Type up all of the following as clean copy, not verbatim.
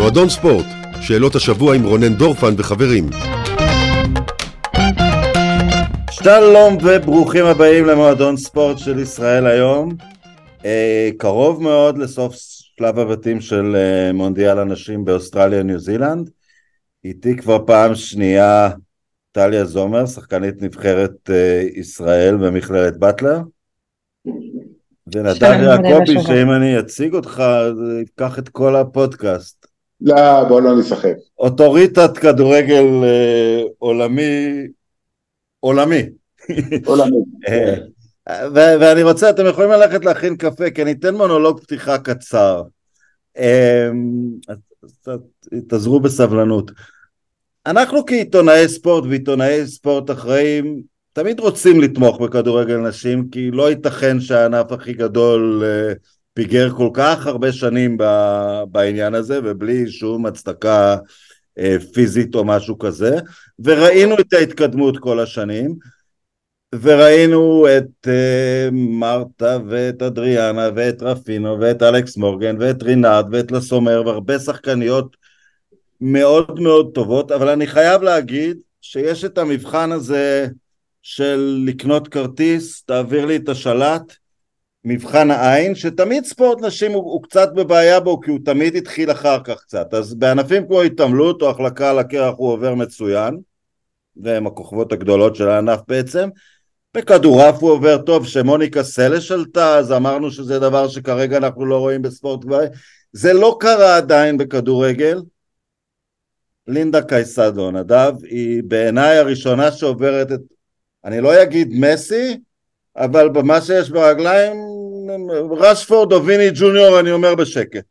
מועדון ספורט, שאלות השבוע עם רונן דורפן וחברים. שלום וברוכים הבאים למועדון ספורט של ישראל היום. קרוב מאוד לסוף שלב הבתים של מונדיאל הנשים באוסטרליה ניו זילנד. איתי כבר פעם שנייה טליה זומר, שחקנית נבחרת ישראל במכללת באטלר. ונדב יעקבי, שאם אני אציג אותך, זה ייקח את כל הפודקאסט. לא, בוא לא נסחף. אוטוריטת כדורגל עולמי. ואני רוצה, אתם יכולים ללכת להכין קפה, כי אני אתן מונולוג פתיחה קצר. תעזרו בסבלנות. אנחנו כעיתונאי ספורט ועיתונאי ספורט אחראים, תמיד רוצים לתמוך בכדורגל נשים, כי לא ייתכן שהענף הכי גדול פיגר כל כך הרבה שנים בעניין הזה, ובלי שום הצדקה פיזית או משהו כזה, וראינו את ההתקדמות כל השנים, וראינו את מרתה ואת אדריאנה ואת רפינו ואת אלכס מורגן ואת רינארד ואת לסומר, והרבה שחקניות מאוד מאוד טובות, אבל אני חייב להגיד שיש את המבחן הזה של לקנות כרטיס, תעביר לי את השלט, מבחן העין, שתמיד ספורט נשים הוא קצת בבעיה בו, כי הוא תמיד התחיל אחר כך קצת. אז בענפים כמו התעמלות או החלקה על הקרח הוא עובר מצוין, והם הכוכבות הגדולות של הענף בעצם. בכדורעף הוא עובר טוב, שמוניקה סלש עלתה, אז אמרנו שזה דבר שכרגע אנחנו לא רואים בספורט גבוה. זה לא קרה עדיין בכדורגל. לינדה קייסדו, נדב, היא בעיניי הראשונה שעוברת את, אני לא אגיד מסי, אבל במה שיש ברגליים, רשפורד או ויני ג'וניור, אני אומר בשקט.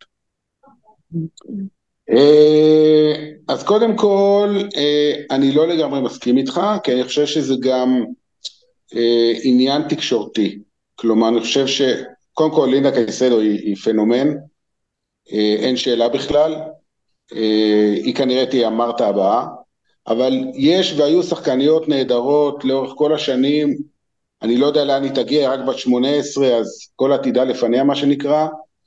אז קודם כל, אני לא לגמרי מסכים איתך, כי אני חושב שזה גם עניין תקשורתי. כלומר, אני חושב שקודם כל לינדה קייסדו היא פנומן, אין שאלה בכלל, היא כנראה תהיה מרתה הבאה, אבל יש והיו שחקניות נהדרות לאורך כל השנים, אני לא יודע לאן היא תגיע, רק בת 18, אז כל עתידה לפניה מה שנקרא,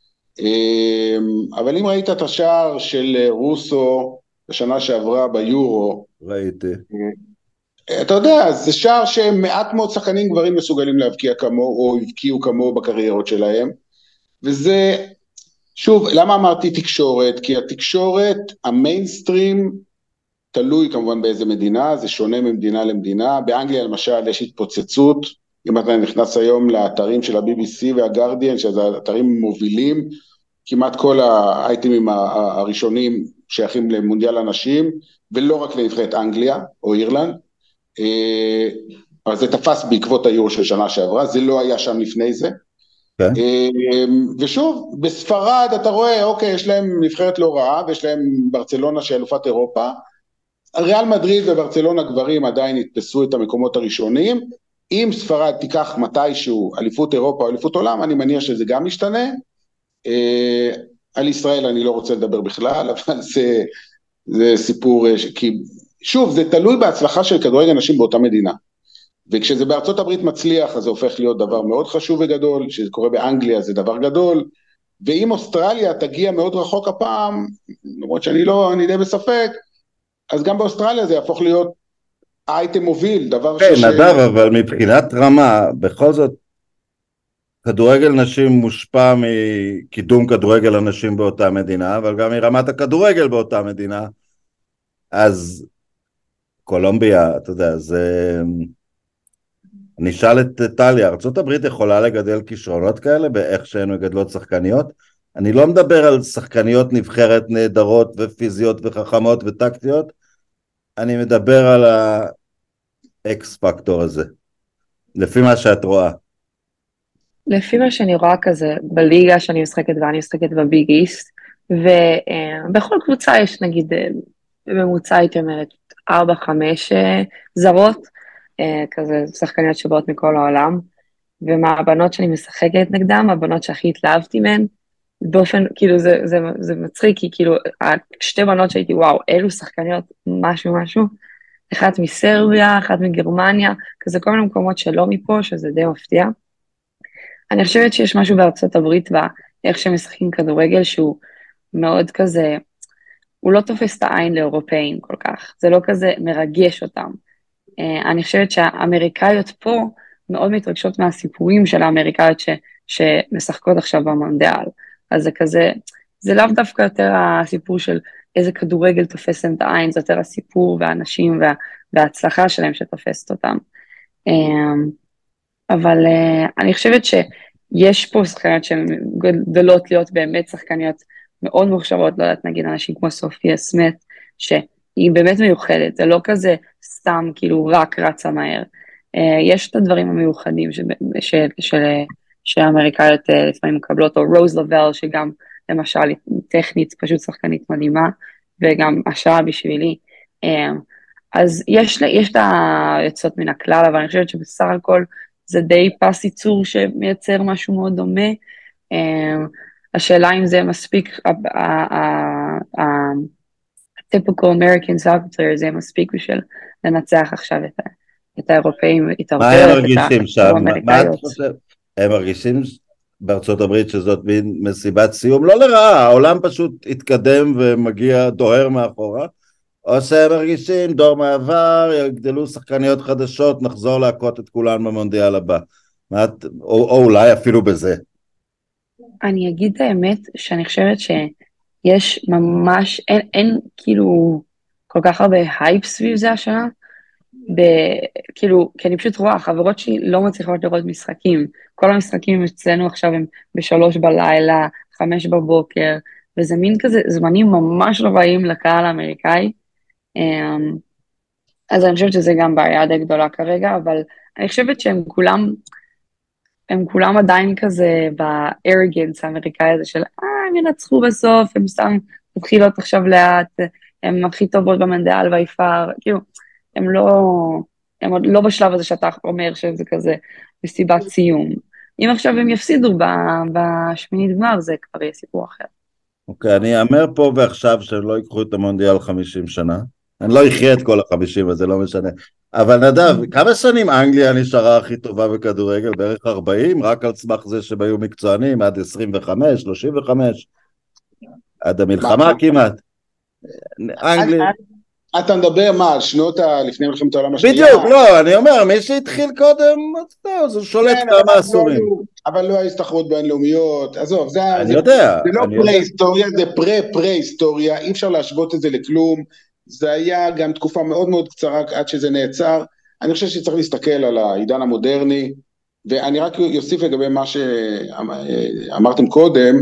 אבל אם ראית את השער של רוסו בשנה שעברה ביורו, ראיתי. אתה יודע, זה שער שמעט מאוד שחקנים גברים מסוגלים להבקיע כמוהו, או הבקיעו כמוהו בקריירות שלהם, וזה, שוב, למה אמרתי תקשורת? כי התקשורת, המיינסטרים, תלוי כמובן באיזה מדינה, זה שונה ממדינה למדינה, באנגליה למשל יש התפוצצות, אם אתה נכנס היום לאתרים של ה-BBC וה-Guardian, שזה אתרים מובילים, כמעט כל האייטמים הראשונים שייכים למונדיאל הנשים, ולא רק לנבחרת אנגליה או אירלנד, אז זה תפס בעקבות היורו של שנה שעברה, זה לא היה שם לפני זה, ושוב, בספרד אתה רואה, אוקיי, יש להם נבחרת לא רעה, ויש להם ברצלונה של אלופת אירופה, ריאל מדריד וברצלונה גברים עדיין יתפסו את המקומות הראשונים, אם ספרד תיקח מתישהו אליפות אירופה או אליפות עולם, אני מניח שזה גם משתנה, על ישראל אני לא רוצה לדבר בכלל, אבל זה סיפור, כי שוב, זה תלוי בהצלחה של כדורגל נשים באותה מדינה, וכשזה בארצות הברית מצליח, אז זה הופך להיות דבר מאוד חשוב וגדול, כשזה קורה באנגליה זה דבר גדול, ואם אוסטרליה תגיע מאוד רחוק הפעם, למרות אני די בספק, אז גם באוסטרליה זה יהפוך להיות אייטם מוביל, דבר נדב, אבל מבחינת רמה, בכל זאת, כדורגל נשים מושפע מקידום כדורגל הנשים באותה מדינה, אבל גם מרמת הכדורגל באותה מדינה, אז קולומביה, אתה יודע, זה... נשאל את טליה, ארצות הברית יכולה לגדל כישרונות כאלה באיך שהן מגדלות שחקניות? אני לא מדבר על שחקניות נבחרת נהדרות ופיזיות וחכמות וטקטיות, אני מדבר על האקס פקטור הזה, לפי מה שאת רואה. לפי מה שאני רואה כזה, בליגה שאני משחקת ואני משחקת בביג איסט, ובכל קבוצה יש נגיד, בממוצע הייתי אומרת, 4-5 זרות, כזה שחקניות שבאות מכל העולם, ומהבנות שאני משחקת נגדם, הבנות שהכי התלהבתי מהן, באופן, כאילו זה מצחיק, כי כאילו, שתי בנות שהייתי, וואו, אלו שחקניות משהו, אחת מסרביה, אחת מגרמניה, כזה כל מיני מקומות שלא מפה, שזה די מפתיע. אני חושבת שיש משהו בארצות הברית, ואיך שהם משחקים כדורגל, שהוא מאוד כזה, הוא לא תופס את העין לאירופאים כל כך, זה לא כזה מרגש אותם. אני חושבת שהאמריקאיות פה מאוד מתרגשות מהסיפורים של האמריקאיות שמשחקות עכשיו במונדיאל, אז זה כזה, זה לאו דווקא יותר הסיפור של איזה כדורגל תופס את העין, זה יותר הסיפור והאנשים וההצלחה שלהם שתופסת אותם. אבל אני חושבת שיש פה שחקניות שהן גדולות להיות באמת שחקניות מאוד מוכשרות, לא יודעת, נגיד אנשים כמו סופיה סמית, שהיא באמת מיוחדת, זה לא כזה סתם כאילו רק רצה מהר. יש את הדברים המיוחדים שהאמריקאיות לפעמים מקבלות, או רוז לובל, שגם למשל טכנית פשוט שחקנית מדהימה, וגם השראה בשבילי. אז יש את היוצאות מן הכלל, אבל אני חושבת שבסך הכל זה די פס ייצור שמייצר משהו מאוד דומה. השאלה אם זה מספיק, ה-typical American soccer player, זה מספיק בשביל לנצח עכשיו את האירופאים, את מה הם האמריקאיות. מרגישים שם? מה את חושב? הם מרגישים בארצות הברית שזאת מין מסיבת סיום? לא לרעה, העולם פשוט התקדם ומגיע דוהר מאחורה, או שהם מרגישים דור מעבר, יגדלו שחקניות חדשות, נחזור להכות את כולן במונדיאל הבא, או אולי אפילו בזה. אני אגיד את האמת שאני חושבת שיש ממש, אין כאילו כל כך הרבה הייפ סביב זה השנה, כאילו, כי אני פשוט רואה, חברות שלי לא מצליחות לראות משחקים, כל המשחקים אצלנו עכשיו הם ב3 בלילה, 5 בבוקר, וזה מין כזה זמנים ממש לא רעים לקהל האמריקאי, אז אני חושבת שזה גם בעיה די גדולה כרגע, אבל אני חושבת הם כולם עדיין כזה בארגנס האמריקאי הזה של, הם ינצחו בסוף, הם סתם מתחילות עכשיו לאט, הם הכי טובות במונדיאל והיפר, כאילו, הם עוד לא בשלב הזה שאתה אומר שזה כזה מסיבת סיום. אם עכשיו הם יפסידו בשמינית גמר, זה כבר יהיה סיפור אחר. אוקיי, אני אאמר פה ועכשיו שלא ייקחו את המונדיאל 50 שנה, אני לא אחיה את כל ה-50, אז זה לא משנה. אבל נדב, כמה שנים אנגליה נשארה הכי טובה בכדורגל? בערך 40, רק על סמך זה שהם היו מקצוענים, עד 25, 35, עד המלחמה כמעט. אנגליה... אתה מדבר מה, שנות לפני מלחמת העולם השנייה? בדיוק, לא, אני אומר, מי שהתחיל קודם, זה שולט כמה עשורים. אבל לא ההסתחרות בינלאומיות, עזוב, זה לא פרה-היסטוריה, זה פרה-היסטוריה, אי אפשר להשוות את זה לכלום, זה היה גם תקופה מאוד מאוד קצרה עד שזה נעצר, אני חושב שצריך להסתכל על העידן המודרני, ואני רק יוסיף לגבי מה שאמרתם קודם,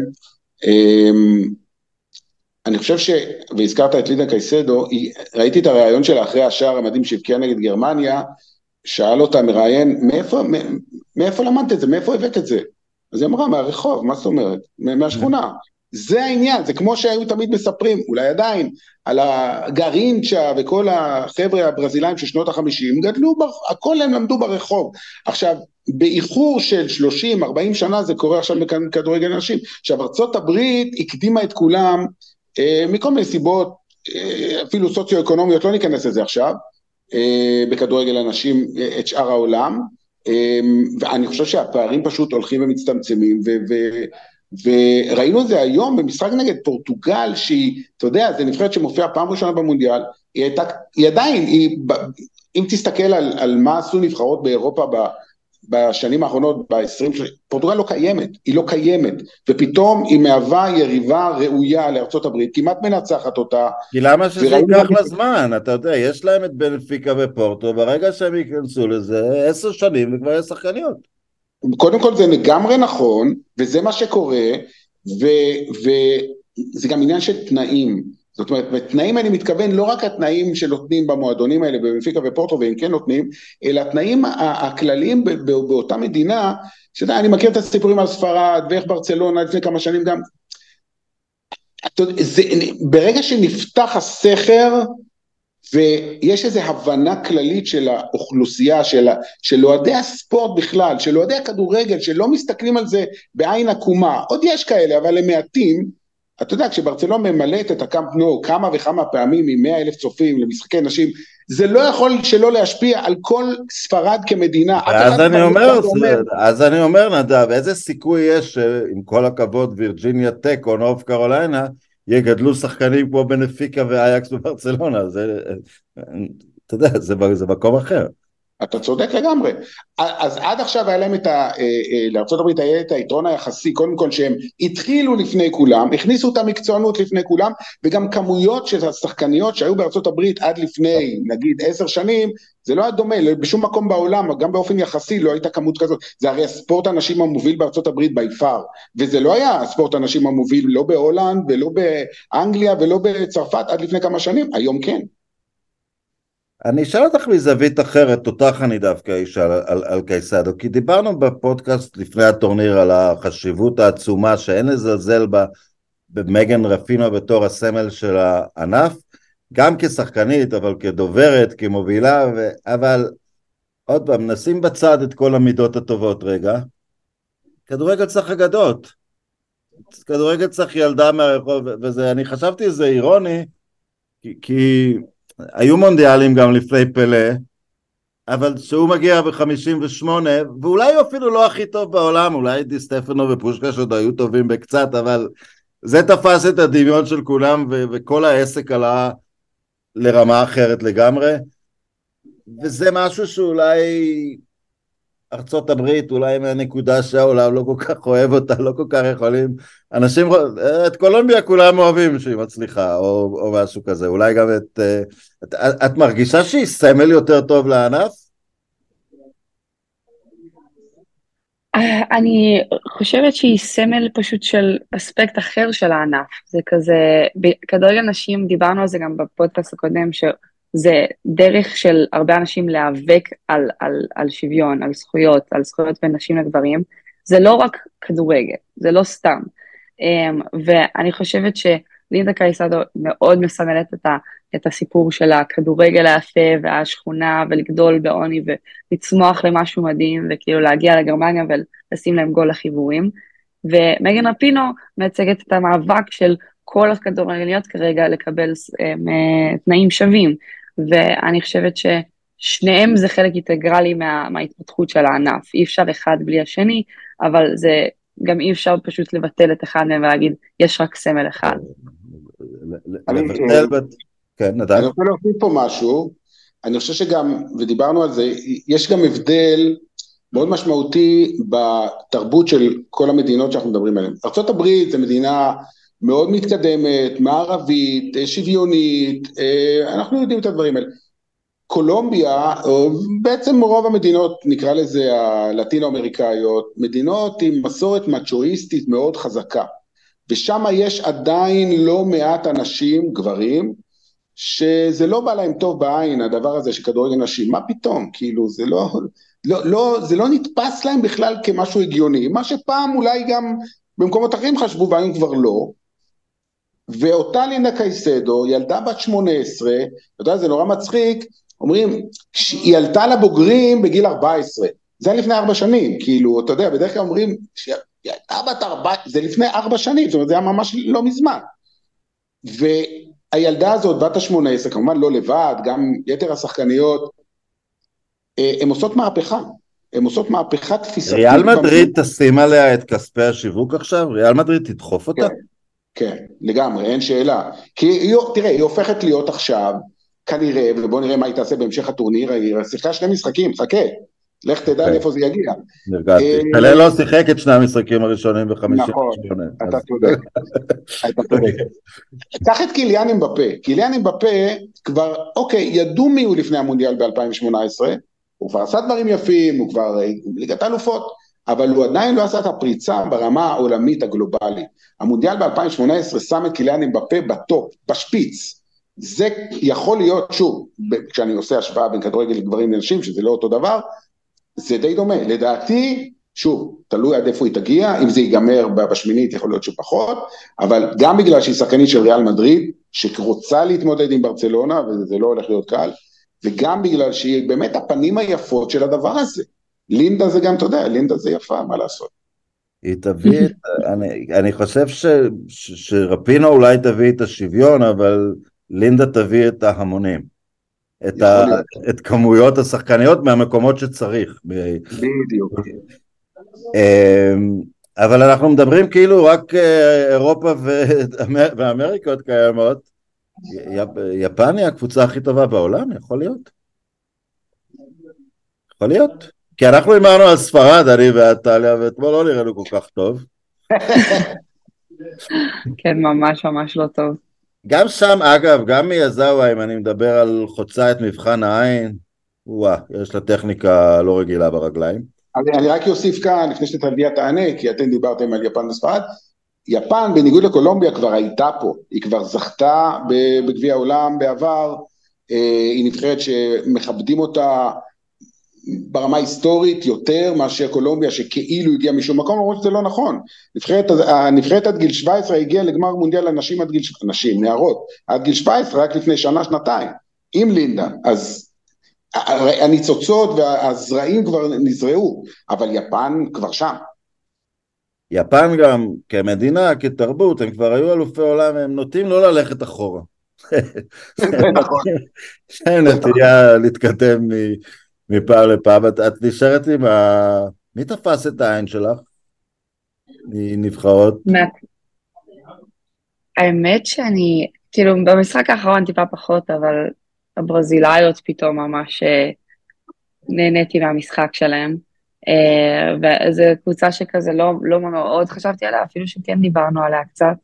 אני חושב והזכרת את לידה קייסדו, ראיתי את הרעיון שלה אחרי השער המדהים שהבקיעה נגד גרמניה, שאל אותה מראיין, מאיפה למדת את זה, מאיפה הבאת את זה? אז היא אמרה, מהרחוב, מה זאת אומרת? מהשכונה. זה העניין, זה כמו שהיו תמיד מספרים, אולי עדיין, על הגרינצ'ה וכל החבר'ה הברזילאים של שנות ה-50, גדלו, הכל הם למדו ברחוב. עכשיו, באיחור של 30-40 שנה, זה קורה עכשיו בכדורגל נשים. עכשיו, ארצות הברית הקדימה את כולם, מכל מיני סיבות, אפילו סוציו-אקונומיות, לא ניכנס לזה עכשיו, בכדורגל הנשים את שאר העולם, ואני חושב שהפערים פשוט הולכים ומצטמצמים, וראינו את זה היום במשחק נגד פורטוגל, שהיא, אתה יודע, זה נבחרת שמופיעה פעם ראשונה במונדיאל, היא עדיין, אם תסתכל על מה עשו נבחרות באירופה בשנים האחרונות, ב-20, פורטוגל לא קיימת, היא לא קיימת, ופתאום היא מהווה יריבה ראויה לארצות הברית, כמעט מנצחת אותה. כי למה שזה ייקח לזמן? אתה יודע, יש להם את בנפיקה ופורטו, ברגע שהם ייכנסו לזה, 10 שנים וכבר יש שחקניות. קודם כל זה לגמרי נכון, וזה מה שקורה, וזה גם עניין של תנאים, זאת אומרת, בתנאים אני מתכוון לא רק התנאים שנותנים במועדונים האלה, בבנפיקה ופורטו, והם כן נותנים, אלא התנאים הכלליים באותה מדינה, שאתה, אני מכיר את הסיפורים על ספרד, ואיך ברצלונה לפני כמה שנים גם, ברגע שנפתח הסכר, ויש איזו הבנה כללית של האוכלוסייה, של אוהדי הספורט בכלל, של אוהדי הכדורגל, שלא מסתכלים על זה בעין עקומה, עוד יש כאלה, אבל הם מעטים, אתה יודע, כשברצלונה ממלאת את הקאמפ נו כמה וכמה פעמים עם 100,000 צופים למשחקי נשים, זה לא יכול שלא להשפיע על כל ספרד כמדינה. אז אני אומר, נדב, איזה סיכוי יש, עם כל הכבוד, וירג'יניה טק או נורף קרוליינה, יגדלו שחקנים כמו בנפיקה ואייקס בברצלונה, אתה יודע, זה מקום אחר. אתה צודק לגמרי. אז עד עכשיו היה להם לארצות הברית היה את היתרון היחסי, קודם כל שהם התחילו לפני כולם, הכניסו את המקצוענות לפני כולם, וגם כמויות של השחקניות שהיו בארצות הברית עד לפני, נגיד 10 שנים, זה לא היה דומה, בשום מקום בעולם, גם באופן יחסי לא הייתה כמות כזאת, זה הרי הספורט הנשים המוביל בארצות הברית ביפר, וזה לא היה הספורט הנשים המוביל לא בהולנד, ולא באנגליה, ולא בצרפת עד לפני כמה שנים, היום כן. אני אשאל אותך מזווית אחרת, אותך אני דווקא אשאל על קייסדו, כי דיברנו בפודקאסט לפני הטורניר על החשיבות העצומה שאין לזלזל במגן רפינו בתור הסמל של הענף, גם כשחקנית, אבל כדוברת, כמובילה, אבל עוד פעם, נשים בצד את כל המידות הטובות רגע, כדורגל צריך אגדות, כדורגל צריך ילדה מהרחוב, אני חשבתי זה אירוני, כי היו מונדיאלים גם לפני פלה, אבל שהוא מגיע ב-58, ואולי הוא אפילו לא הכי טוב בעולם, אולי די סטפנו ופושקש עוד היו טובים בקצת, אבל זה תפס את הדמיון של כולם, וכל העסק עלה לרמה אחרת לגמרי, וזה משהו שאולי ארצות הברית, אולי מהנקודה שהעולם לא כל כך אוהב אותה, לא כל כך יכולים, אנשים, את קולומביה כולם אוהבים שהיא מצליחה, או משהו כזה, אולי גם את מרגישה שהיא סמל יותר טוב לענף? אני חושבת שהיא סמל פשוט של אספקט אחר של הענף, זה כזה, בכדורגל נשים דיברנו על זה גם בפודקאסט הקודם, זה דרך של הרבה אנשים להיאבק על שוויון, על זכויות בין נשים לגברים, זה לא רק כדורגל, זה לא סתם, ואני חושבת שלינדה קייסדו מאוד מסמלת את הסיפור של הכדורגל היפה והשכונה, ולגדול בעוני ולצמוח למשהו מדהים, וכאילו להגיע לגרמניה ולשים להם גול לחיבורים, ומגן רפינו מייצגת את המאבק של כל הכדורגלניות כרגע לקבל תנאים שווים, ואני חושבת ששניהם זה חלק אינטגרלי מההתפתחות של הענף, אי אפשר אחד בלי השני, אבל זה גם אי אפשר פשוט לבטל את אחד מהם ולהגיד, יש רק סמל אחד. אני רוצה להוסיף פה משהו, אני חושב שגם, ודיברנו על זה, יש גם הבדל מאוד משמעותי בתרבות של כל המדינות שאנחנו מדברים עליהן. ארצות הברית זה מדינה מאוד מתקדמת, מערבית, שוויונית, אנחנו יודעים את הדברים האלה. קולומביה, בעצם רוב המדינות, נקרא לזה הלטינו-אמריקאיות, מדינות עם מסורת מצ'ואיסטית מאוד חזקה, ושם יש עדיין לא מעט אנשים, גברים, שזה לא בא להם טוב בעין, הדבר הזה שכדורגל נשים, מה פתאום? כאילו, זה לא נתפס להם בכלל כמשהו הגיוני, מה שפעם אולי גם במקומות אחרים חשבו, והיום כבר לא, ואותה לינדה קייסדו, ילדה בת 18, אתה יודע, זה נורא מצחיק, אומרים, היא עלתה לבוגרים בגיל 14, זה היה לפני 4 שנים, כאילו, אתה יודע, בדרך כלל אומרים, ילדה בת 4, זה לפני 4 שנים, זאת אומרת, זה היה ממש לא מזמן, והילדה הזאת, בת ה-18, כמובן לא לבד, גם יתר השחקניות, הן עושות מהפכה, הן עושות מהפכה תפיסתית. ריאל מדריד תשים עליה את כספי השיווק עכשיו? ריאל מדריד תדחוף אותה? כן, לגמרי, אין שאלה. כי תראה, היא הופכת להיות עכשיו, כנראה, ובוא נראה מה היא תעשה בהמשך הטורניר, היא שיחקה 2 משחקים, חכה, לך תדע לאיפה זה יגיע. נרגעתי, פלה לא שיחק את 2 המשחקים הראשונים ב-58. נכון, אתה צודק. אתה צודק. קח את קיליאן אמבפה, קיליאן אמבפה כבר, אוקיי, ידעו מי הוא לפני המונדיאל ב-2018, הוא כבר עשה דברים יפים, הוא כבר ליגת אלופות, אבל הוא עדיין לא עשה את הפריצה ברמה העולמית הגלובלית. המונדיאל ב-2018 שם את קיליאן אמבפה בטופ, בשפיץ. זה יכול להיות, שוב, כשאני עושה השוואה בין כדורגל לגברים לנשים, שזה לא אותו דבר, זה די דומה. לדעתי, שוב, תלוי עד איפה היא תגיע, אם זה ייגמר בשמינית יכול להיות שפחות, אבל גם בגלל שהיא שחקנית של ריאל מדריד, שרוצה להתמודד עם ברצלונה, וזה לא הולך להיות קל, וגם בגלל שהיא באמת הפנים היפות של הדבר הזה. לינדה זה גם, אתה יודע, לינדה זה יפה, מה לעשות? היא תביא, אני חושב שרפינו אולי תביא את השוויון, אבל לינדה תביא את ההמונים, את כמויות השחקניות מהמקומות שצריך. בדיוק. אבל אנחנו מדברים כאילו רק אירופה ואמריקות קיימות. יפן היא הקבוצה הכי טובה בעולם, יכול להיות? יכול להיות. כי אנחנו אמרנו על ספרד, אני ואטליה, ואתמול לא נראינו כל כך טוב. כן, ממש ממש לא טוב. גם שם, אגב, גם מיזאווה, אם אני מדבר על חוצה את מבחן העין, יש לה טכניקה לא רגילה ברגליים. אני רק אוסיף כאן, לפני שתלביה תענה, כי אתם דיברתם על יפן וספרד, יפן בניגוד לקולומביה כבר הייתה פה, היא כבר זכתה בגביע העולם בעבר, היא נבחרת שמכבדים אותה ברמה היסטורית יותר מאשר קולומביה שכאילו הגיעה משום מקום, למרות שזה לא נכון. הנבחרת עד גיל 17 הגיעה לגמר מונדיאל לנשים עד גיל, נשים, נערות, עד גיל 17 רק לפני שנה, שנתיים, עם לינדה, אז הניצוצות והזרעים כבר נזרעו, אבל יפן כבר שם. יפן גם כמדינה, כתרבות, הם כבר היו אלופי עולם, הם נוטים לא ללכת אחורה. זה נכון. שאין נטייה להתקדם מפעם לפעם. את נשארת עם מי תפס את העין שלך? מנבחרות? האמת שאני, כאילו במשחק האחרון טיפה פחות, אבל הברזילאיות פתאום ממש נהניתי מהמשחק שלהם. וזו קבוצה שכזה לא מאוד חשבתי עליה, אפילו שכן דיברנו עליה קצת.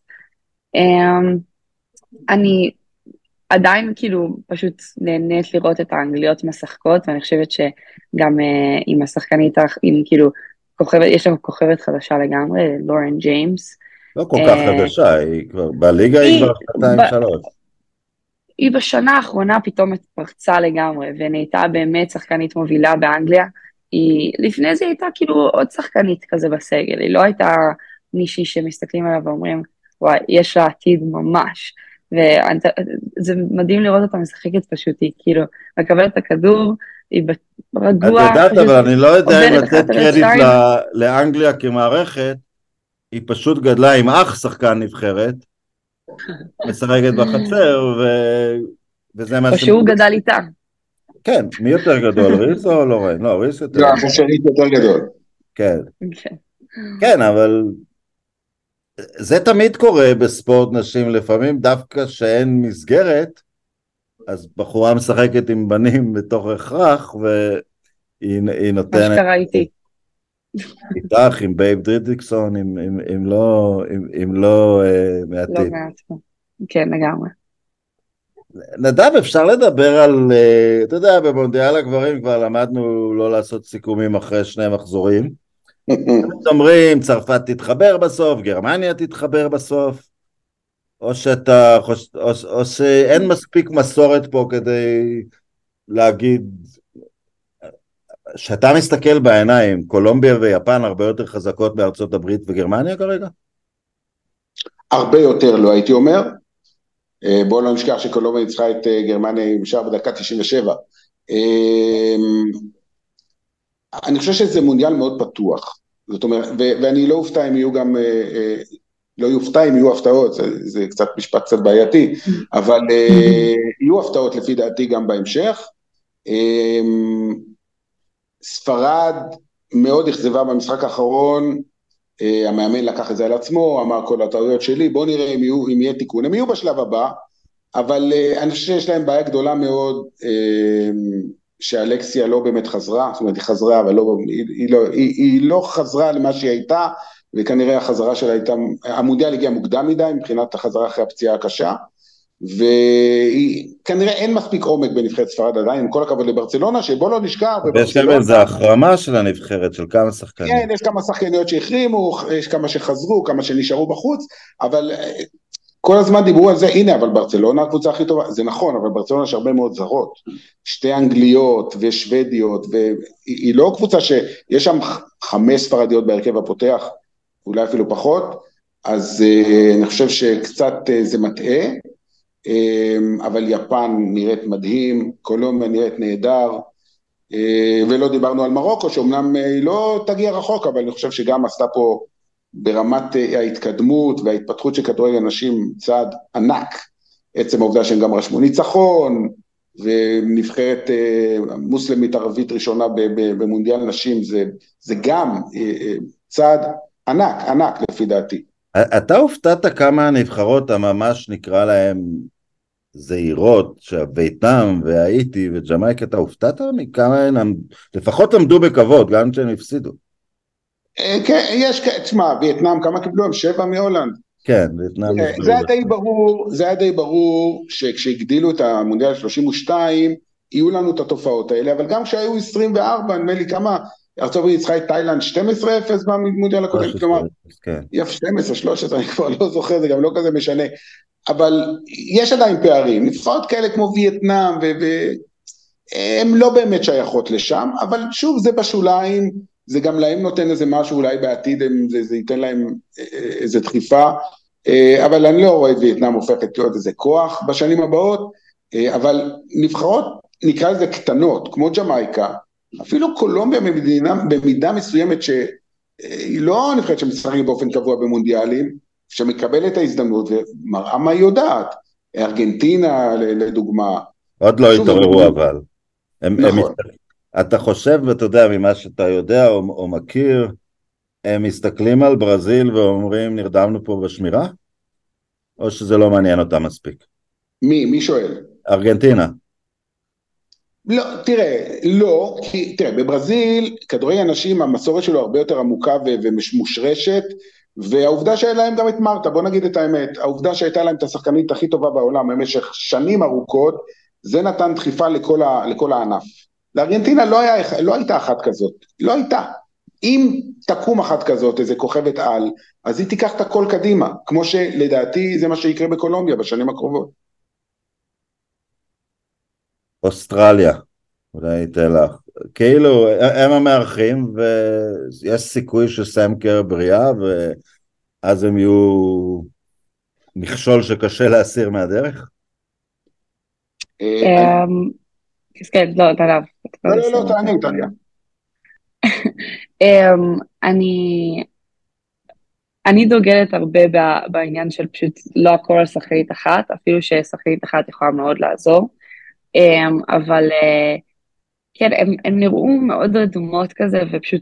אני עדיין כאילו פשוט נהנית לראות את האנגליות משחקות, ואני חושבת שגם עם השחקנית, עם כאילו, יש לנו כוכבת חדשה לגמרי, לורן ג'יימס. לא כל כך חדשה, היא כבר בליגה היא כבר 2-3. היא בשנה האחרונה פתאום התפרצה לגמרי, ונהייתה באמת שחקנית מובילה באנגליה. לפני זה הייתה כאילו עוד שחקנית כזה בסגל, היא לא הייתה מישהי שמסתכלים עליו ואומרים, וואי, יש לה עתיד ממש. וזה מדהים לראות אותה משחקת פשוט, היא כאילו מקבלת את הכדור, היא רגוע. את יודעת, אבל אני לא יודע אם לתת קרדיט לאנגליה כמערכת, היא פשוט גדלה עם אח שחקן נבחרת, משחקת בחצר, וזה מה או שהוא גדל איתה. כן, מי יותר גדול, ריס או לורן? לא, ריס יותר גדול. לא, שריס יותר גדול. כן. כן, אבל זה תמיד קורה בספורט נשים, לפעמים דווקא שאין מסגרת, אז בחורה משחקת עם בנים בתוך הכרח, והיא נותנת... מה שקרה איתי. איתך, עם בייב דרידיקסון, אם לא מעטים. לא מעט, כן, לגמרי. נדב, אפשר לדבר על, אתה יודע, במונדיאל הגברים כבר למדנו לא לעשות סיכומים אחרי 2 מחזורים. אומרים, צרפת תתחבר בסוף, גרמניה תתחבר בסוף, או שאין מספיק מסורת פה כדי להגיד, שאתה מסתכל בעיניים, קולומביה ויפן הרבה יותר חזקות בארצות הברית וגרמניה כרגע? הרבה יותר לא הייתי אומר, בואו לא נשכח שקולומביה ניצחה את גרמניה עם שער בדקה 97. אני חושב שזה מונדיאל מאוד פתוח, זאת אומרת, ואני לא אופתע אם יהיו גם, לא יופתע אם יהיו הפתעות, זה קצת משפט קצת בעייתי, אבל יהיו הפתעות לפי דעתי גם בהמשך. ספרד מאוד אכזבה במשחק האחרון, המאמן לקח את זה על עצמו, אמר כל הטעויות שלי, בוא נראה אם יהיה תיקון, הם יהיו בשלב הבא, אבל אני חושב שיש להם בעיה גדולה מאוד, שאלקסיה לא באמת חזרה, זאת אומרת היא חזרה, אבל היא לא חזרה למה שהיא הייתה, וכנראה החזרה שלה הייתה, המונדיאל הגיע מוקדם מדי, מבחינת החזרה אחרי הפציעה הקשה, וכנראה אין מספיק עומק בנבחרת ספרד עדיין, עם כל הכבוד לברצלונה, שבוא לא נשכח. יש גם איזו החרמה של הנבחרת, של כמה שחקנים. כן, יש כמה שחקניות שהחרימו, יש כמה שחזרו, כמה שנשארו בחוץ, אבל כל הזמן דיברו על זה, הנה, אבל ברצלונה הקבוצה הכי טובה, זה נכון, אבל ברצלונה יש הרבה מאוד זרות, 2 אנגליות ושוודיות, והיא לא קבוצה שיש שם 5 ספרדיות בהרכב הפותח, אולי אפילו פחות, אז אני חושב שקצת זה מטעה, אבל יפן נראית מדהים, קולומביה נראית נהדר, ולא דיברנו על מרוקו, שאומנם היא לא תגיע רחוק, אבל אני חושב שגם עשתה פה ברמת ההתקדמות וההתפתחות של כדורגל נשים צעד ענק, עצם העובדה שהם גם רשמו ניצחון, ונבחרת מוסלמית ערבית ראשונה במונדיאל נשים, זה גם צעד ענק לפי דעתי. אתה הופתעת כמה הנבחרות הממש נקרא להם זהירות, שהווייטנאם והאיטי וג'מייקה, אתה הופתעת מכמה הן לפחות עמדו בכבוד, גם כשהם הפסידו? כן, תשמע, וייטנאם כמה קיבלו? הם 7 מהולנד. כן, וייטנאם נפגעו. זה היה די ברור שכשהגדילו את המונדיאל 32, יהיו לנו את התופעות האלה, אבל גם כשהיו 24, נדמה לי כמה, ארצות הברית ניצחה את תאילנד 12-0 במונדיאל הקודם, כלומר, 12, 13, אני כבר לא זוכר, זה גם לא כזה משנה, אבל יש עדיין פערים, נבחרות כאלה כמו וייטנאם, והם לא באמת שייכות לשם, אבל שוב זה בשוליים, זה גם להם נותן איזה משהו, אולי בעתיד זה ייתן להם איזה דחיפה, אבל אני לא רואה את וייטנאם הופכת להיות איזה כוח בשנים הבאות, אבל נבחרות נקרא לזה קטנות, כמו ג'מייקה, אפילו קולומביה במידה מסוימת שהיא לא נבחרת שמשחקת באופן קבוע במונדיאלים, שמקבלת את ההזדמנות ומראה מה היא יודעת, ארגנטינה לדוגמה. עוד לא התעוררו אבל. נכון. אתה חושב ואתה יודע ממה שאתה יודע או מכיר, הם מסתכלים על ברזיל ואומרים נרדמנו פה בשמירה? או שזה לא מעניין אותם מספיק? מי שואל? ארגנטינה. לא, לא, כי תראה, בברזיל, כדורגל הנשים, המסורת שלו הרבה יותר עמוקה ומושרשת, והעובדה שהיה להם גם את מרתה, בוא נגיד את האמת, העובדה שהייתה להם את השחקנית הכי טובה בעולם במשך שנים ארוכות, זה נתן דחיפה לכל הענף. לארגנטינה לא הייתה אחת כזאת, לא הייתה. אם תקום אחת כזאת, איזה כוכבת על, אז היא תיקח את הכל קדימה, כמו שלדעתי זה מה שיקרה בקולומביה בשנים הקרובות. אוסטרליה, אולי ייתן לך. כאילו, הם המארחים, ויש סיכוי שסם קר בריאה, ואז הם יהיו מכשול שקשה להסיר מהדרך? כן, לא, תעליו. לא, תעני, טליה. אני דוגלת הרבה בעניין של פשוט לא הכל על שחקנית אחת, אפילו ששחקנית אחת יכולה מאוד לעזור, אבל כן, הם נראו מאוד רדומות כזה, ופשוט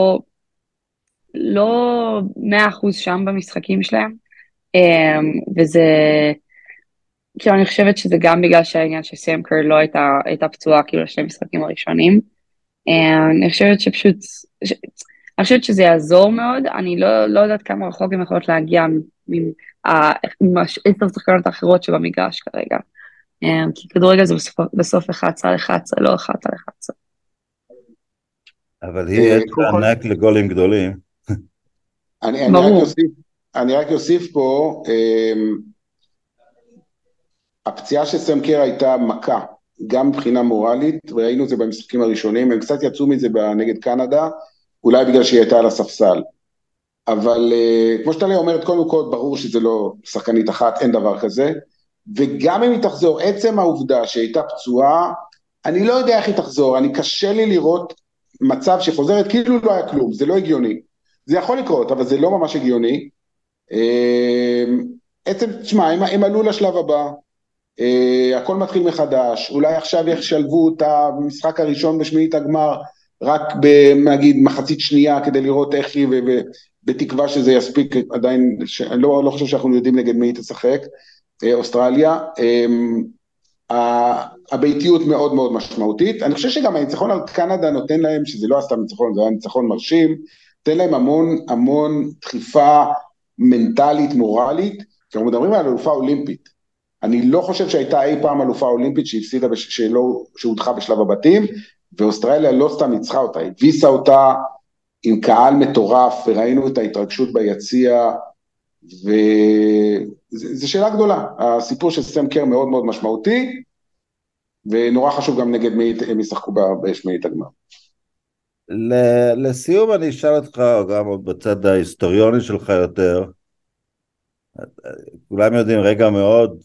לא 100% שם במשחקים שלהם, וזה, כאילו אני חושבת שזה גם בגלל שהעניין שסם קר לא הייתה פצועה כאילו לשני משחקים הראשונים, אני חושבת אני חושבת שזה יעזור מאוד, אני לא יודעת כמה רחוק הם יכולות להגיע עם 10 שחקנות האחרות שבמגרש כרגע, כי כדורגל זה בסוף 11-11, לא 11-11. אבל היא יש ענק לגולים גדולים. אני רק אוסיף פה, הפציעה של סם קר הייתה מכה, גם מבחינה מורלית, וראינו את זה במשחקים הראשונים, הם קצת יצאו מזה נגד קנדה, אולי בגלל שהיא הייתה על הספסל. אבל כמו שטליה אומרת, קודם כל ברור שזה לא שחקנית אחת, אין דבר כזה, וגם אם היא תחזור, עצם העובדה שהיא הייתה פצועה, אני לא יודע איך היא תחזור, אני קשה לי לראות מצב שחוזרת כאילו לא היה כלום, זה לא הגיוני. זה יכול לקרות, אבל זה לא ממש הגיוני. עצם, תשמע, הם עלו לשלב הבא, הכל מתחיל מחדש, אולי עכשיו ישלבו את המשחק הראשון בשמינית הגמר, רק נגיד מחצית שנייה כדי לראות איך היא, ובתקווה שזה יספיק עדיין, אני לא חושב שאנחנו יודעים נגד מי היא תשחק, אוסטרליה, הביתיות מאוד מאוד משמעותית, אני חושב שגם הניצחון על קנדה נותן להם, שזה לא סתם ניצחון, זה היה ניצחון מרשים, נותן להם המון דחיפה מנטלית, מורלית, כשאנחנו מדברים על אלופה אולימפית, אני לא חושב שהייתה אי פעם אלופה אולימפית שהפסידה, שהודחה בשלב הבתים, ואוסטרליה לא סתם ניצחה אותה, הביסה אותה עם קהל מטורף, וראינו את ההתרגשות ביציע, וזו שאלה גדולה, הסיפור של סם קר מאוד מאוד משמעותי, ונורא חשוב גם נגד מי הם ישחקו בשמינית הגמר. לסיום אני אשאל אותך, גם בצד ההיסטוריוני שלך יותר, כולם יודעים רגע מאוד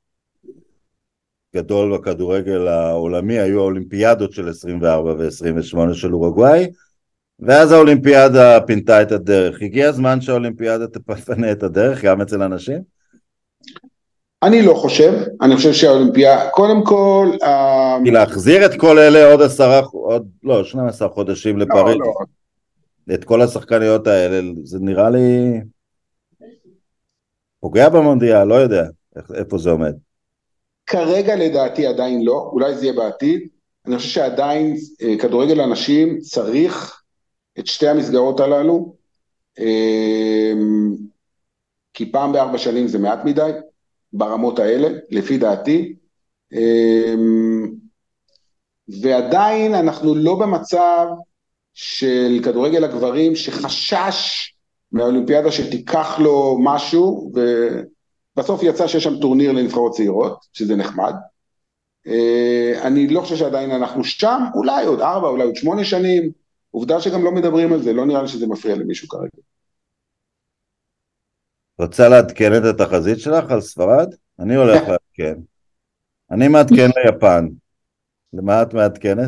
גדול בכדורגל העולמי, היו האולימפיאדות של 24 ו-28 של אורוגוואי, ואז האולימפיאדה פינתה את הדרך. הגיע הזמן שהאולימפיאדה תפנה את הדרך, גם אצל אנשים? אני לא חושב, אני חושב שהאולימפיאדה, קודם כל... כי להחזיר את כל אלה עוד 12 חודשים לפריז. את כל השחקניות האלה, זה נראה לי פוגע במונדיאל, לא יודע איפה זה עומד. כרגע לדעתי עדיין לא, אולי זה יהיה בעתיד. אני חושב שעדיין כדורגל הנשים צריך את שתי המסגרות הללו, כי פעם ב4 שנים זה מעט מדי, ברמות האלה, לפי דעתי. ועדיין אנחנו לא במצב של כדורגל הגברים שחשש מהאולימפיאדה שתיקח לו משהו, ובסוף יצא שיש שם טורניר לנבחרות צעירות, שזה נחמד. אני לא חושב שעדיין אנחנו שם, אולי עוד 4, אולי עוד 8 שנים, עובדה שגם לא מדברים על זה, לא נראה לי שזה מפריע למישהו כרגע. רוצה לעדכן את התחזית שלך על ספרד? אני הולך לעדכן. אני מעדכן ליפן. למה את מעדכנת?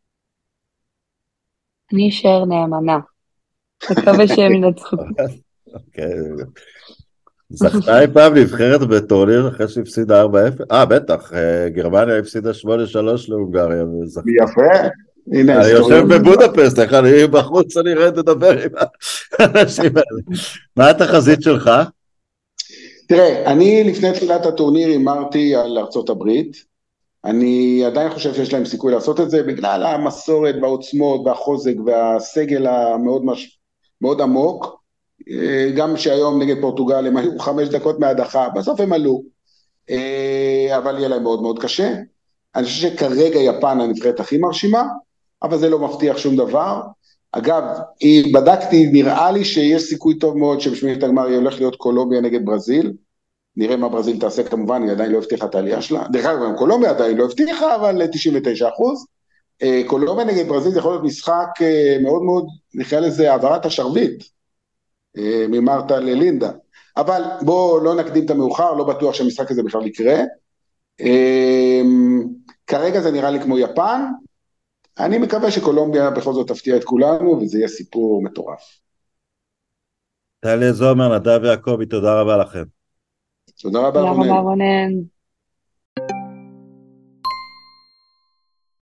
אני אשאר נאמנה. מקווה שהם ינצחו. אוקיי. זכתה אי פעם נבחרת בטורניר אחרי שהפסידה 4-0? בטח, גרמניה הפסידה 8-3 להונגריה. יפה. הנה, אני יושב בבודפסט, אני בחוץ, אני רד לדבר עם האנשים האלה. מה התחזית שלך? תראה, אני לפני תחילת הטורניר אמרתי על ארצות הברית, אני עדיין חושב שיש להם סיכוי לעשות את זה, בגלל המסורת והעוצמות והחוזק והסגל המאוד מאוד עמוק, גם שהיום נגד פורטוגל הם היו 5 דקות מהדחה, בסוף הם עלו, אבל יהיה להם מאוד מאוד קשה. אני חושב שכרגע יפן הנבחרת הכי מרשימה, אבל זה לא מבטיח שום דבר. אגב, בדקתי, נראה לי שיש סיכוי טוב מאוד שבשמינית הגמר הולך להיות קולומביה נגד ברזיל, נראה מה ברזיל תעשה כמובן, היא עדיין לא הבטיחה את העלייה שלה, דרך אגב, גם קולומביה עדיין לא הבטיחה, אבל 99%. קולומביה נגד ברזיל זה יכול להיות משחק מאוד מאוד, נקרא לזה העברת השרביט, ממרתה ללינדה, אבל בואו לא נקדים את המאוחר, לא בטוח שהמשחק הזה בכלל יקרה. כרגע זה נראה לי כמו יפן, אני מקווה שקולומביה בכל זאת תפתיע את כולנו, וזה יהיה סיפור מטורף. טליה זומר, נדב יעקבי, תודה רבה לכם. תודה רבה, רונן.